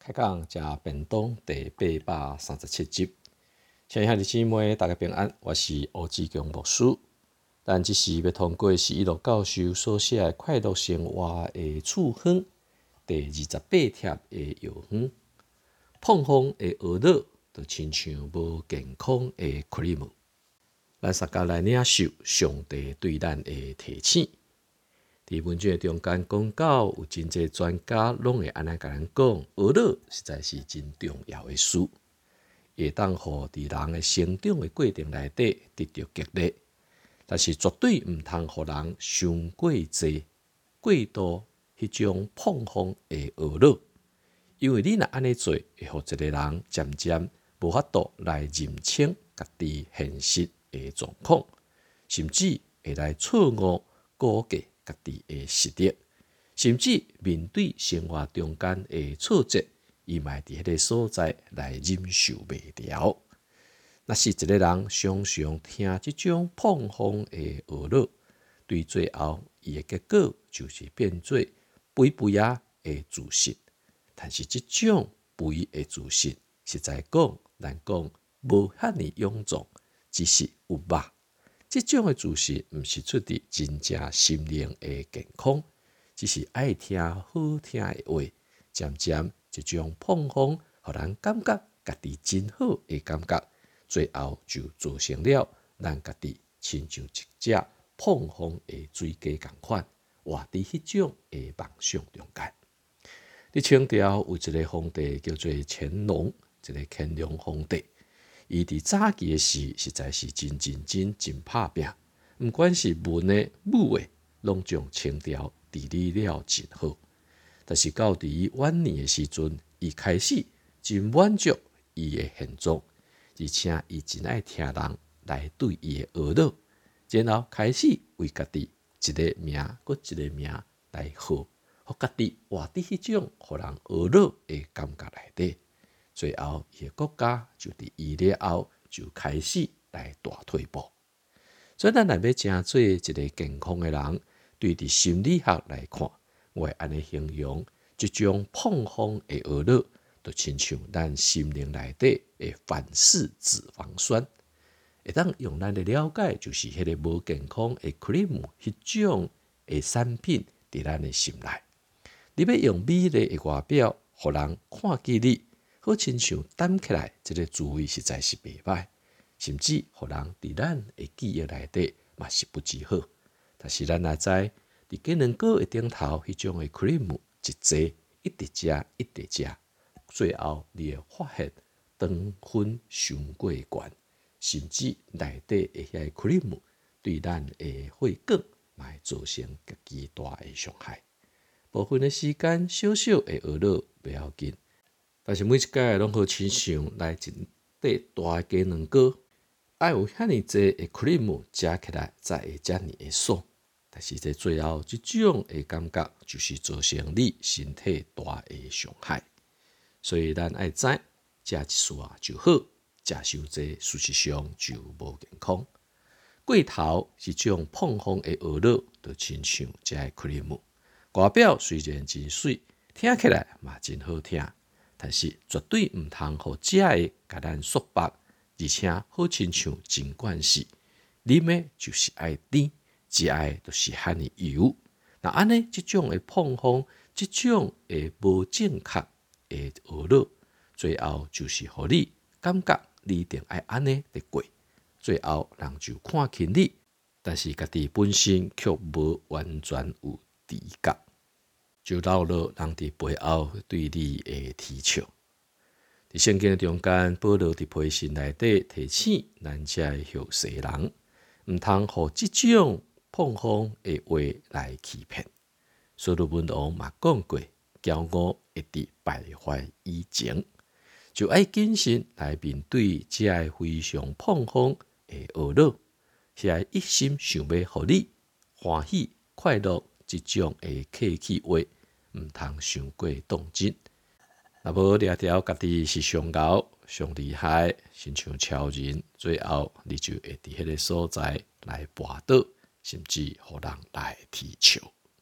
开讲食便当第837集，亲爱的姊妹，大家平安，我是欧志强牧师。咱这是要通过是一路教授所写的《快乐生活的处方》第28贴的药方。碰风的娱乐，就亲像无健康的克里姆。咱大家来领受上帝对咱的提醒。伫文章中间讲到，有真侪专家拢会安尼甲咱讲，娱乐实在是真重要的事，会当互伫人的成长的过程内底得到激励，但是绝对毋通互人伤过济、过度迄种碰风的娱乐，因为你若安尼做，会互一个人渐渐无法度来认清家己现实的状况，甚至会来错误估计家己的实力，甚至面对生活中间的挫折，伊嘛伫迄个所在来忍受袂了。若是一个人常常听即种碰风的娱乐，对最后伊的结果就是变做肥肥的自信。但是即种肥的自信，实在讲，咱讲无遐尼臃肿，只是有肉。这种的自信，毋是出自真正心灵的健康，只是爱听好听的话，渐渐这种碰风，互人感觉家己真好的感觉，最后就造成了咱家己亲像一只碰风的水鸡共款，活伫迄种的梦想中间。伫清朝有一个皇帝叫做乾隆，一个乾隆皇帝。伊伫早期的时，实在是真认真、真拍拼，毋管是文的、武的，拢将清朝治理了真好。但是到伫晚年的时阵，伊开始真满足伊的现状，而且伊真爱听人来对伊的娱乐，然后开始为家己一个名搁一个名来号，互家己活伫迄种互人娱乐的感觉内底。最后，伊的国家就伫伊了后就开始来大退步。所以，咱若要真做一个健康的人，对伫心理学来看，我会安尼形容，即种碰风的娱乐，就亲像咱心灵内底的反式脂肪酸，会当用咱的了解，就是迄个无健康的 cream 迄种的产品伫咱的心内。你要用美丽的外表，互人看见你。好亲像担起来，这个滋味实在是袂歹，甚至互人伫咱的记忆内底嘛是不止好。但是咱也知，伫鸡卵糕的顶头迄种的 cream 一坐一直食一直食，最后你会发现糖分伤过悬，甚至内底的遐 cream 对咱的血管嘛会造成极其大的伤害。部分的时间小小的娱乐不要紧。但是每一届拢好亲像来一块大的鸡卵糕，爱有遐尼侪的 cream 食起来才会遮尔的爽。但是在最后，这种的感觉就是造成你身体大的伤害。所以咱爱知，食一絲就好，食伤濟事實上就無健康。過頭是種碰風的娛樂，就親像這個 cream，外表雖然真水，聽起來嘛真好聽。但是絕對毋通互食的甲咱束縛，而且好親像真慣勢，啉的就是愛甜，食的就是遐尼油。那安尼這種的碰風，這種的無正確的娛樂，最後就是互你感覺你一定愛安尼來過，最後人就看輕你，但是家己本身卻無完全有知覺。就留落人伫背後對你的恥笑。伫聖經中間，保羅伫批信內底提醒咱遮的後世人，毋通互即種碰風的話來欺騙。所羅門王嘛講過，驕傲會佇敗壞以前，就愛謹慎來面對遮的非常碰風的娛樂，遐一心想要互你歡喜快樂即種的客氣話。毋通傷過當真，若無掠條家己是上牛、上厲害，親像超人，最後你就會佇迄個所在來跋倒，甚至互人來恥笑。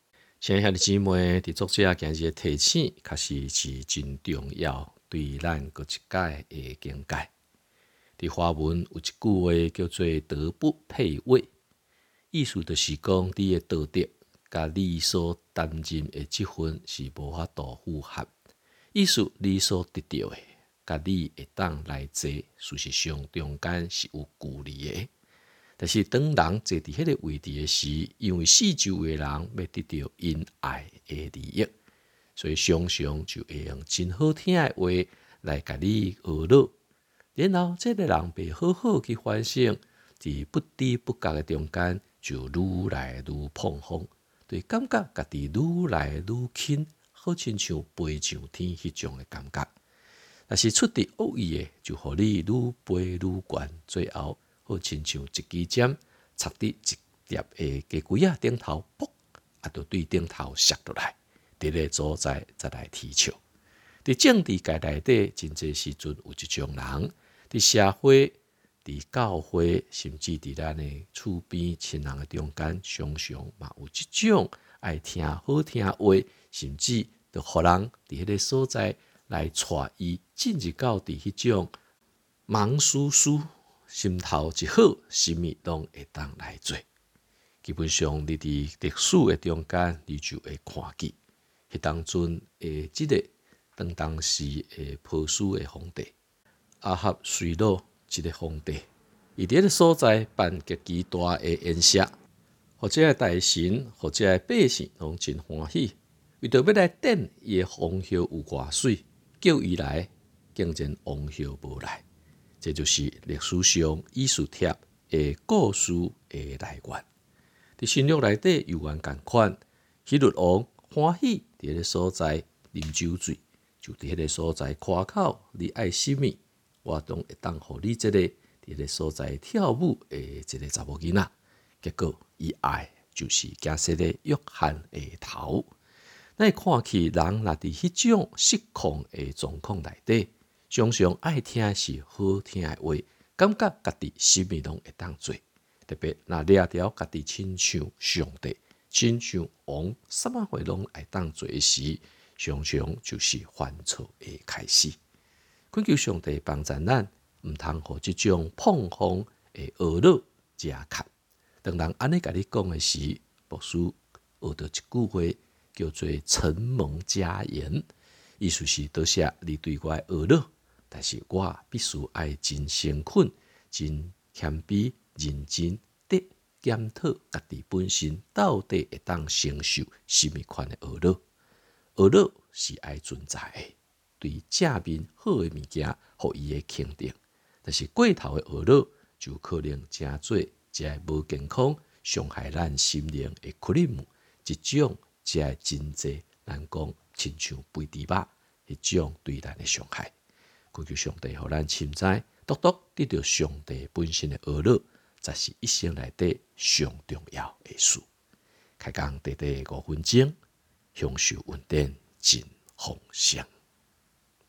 亲爱的姊妹，伫作者今日的提醒，确实是真重要，对咱各一届的境界。伫华文有一句话叫做“德不配位”，意思就是讲你的道德甲你所担任的职分是无法度符合。意思你所得到的，甲你会当来坐，事实上中间是有距离的。但是当人坐伫迄个位置的时，因为四周围的人要得到因爱的利益，所以常常就会用真好听的话来甲你娱乐。然后这个人被好好去反省，伫不知不觉的中间就愈来愈碰风，对感觉家己愈来愈轻，好亲像飞上天迄种的感觉。但是出伫恶意的，就互你愈飞愈悬，最后好亲像一支箭插伫一叠的鸡龟仔顶头，噗，就对顶头摔落来，伫个所在再来啼笑。伫政治界内底，真侪时阵有一种人，伫社会、伫教会，甚至伫咱的厝边亲人的中间，常常嘛有即种爱听好听话，甚至就互人伫迄个所在来带伊进入到伫迄种忙叔叔。心头一好，什么拢会当来做。基本上，你伫历史的中间，你就会看见，迄当阵的即个当时的波斯的皇帝亚哈随鲁一个皇帝，伊伫个所在办极其大的宴席，或者的大臣，或者的百姓拢真欢喜，为着要来点伊的王后有偌水，叫伊来，竟然王后无来。这就是历史上以斯帖的故事的来源。伫新约内底有原共款，希律王欢喜伫个所在啉酒醉，就伫迄个所在夸口，你爱什么，我都会当互你这个伫个所在跳舞的一个查某囡仔。结果伊爱就是假设的约翰的头。咱看起人若伫迄种失控的状况内底，常常爱听的是好听的话，感觉家己什么拢会当做。特别若掠条家己亲像上帝、亲像王，什么话拢会当做时，常常就是犯错的开始。恳求上帝帮助咱，毋通互即种碰风的娱乐遮看。当人安尼甲你讲的时，牧师学到一句话，叫做“承蒙佳言”，意思是多谢你对我的娱乐。但是我必须爱真诚恳、真谦卑、认真地检讨家己本身到底会当承受什么款的娱乐。娱乐是爱存在的，对正面好的物件，互伊的肯定。但是过头的娱乐，就可能真做真无健康，伤害咱心灵的缺陷。一种真真济，咱讲亲像肥猪肉，迄种对咱的伤害。恳求上帝，互咱深知，独独得到上帝本身的娱乐，才是一生内底上重要的事。开讲短短5分钟，享受稳定真丰盛。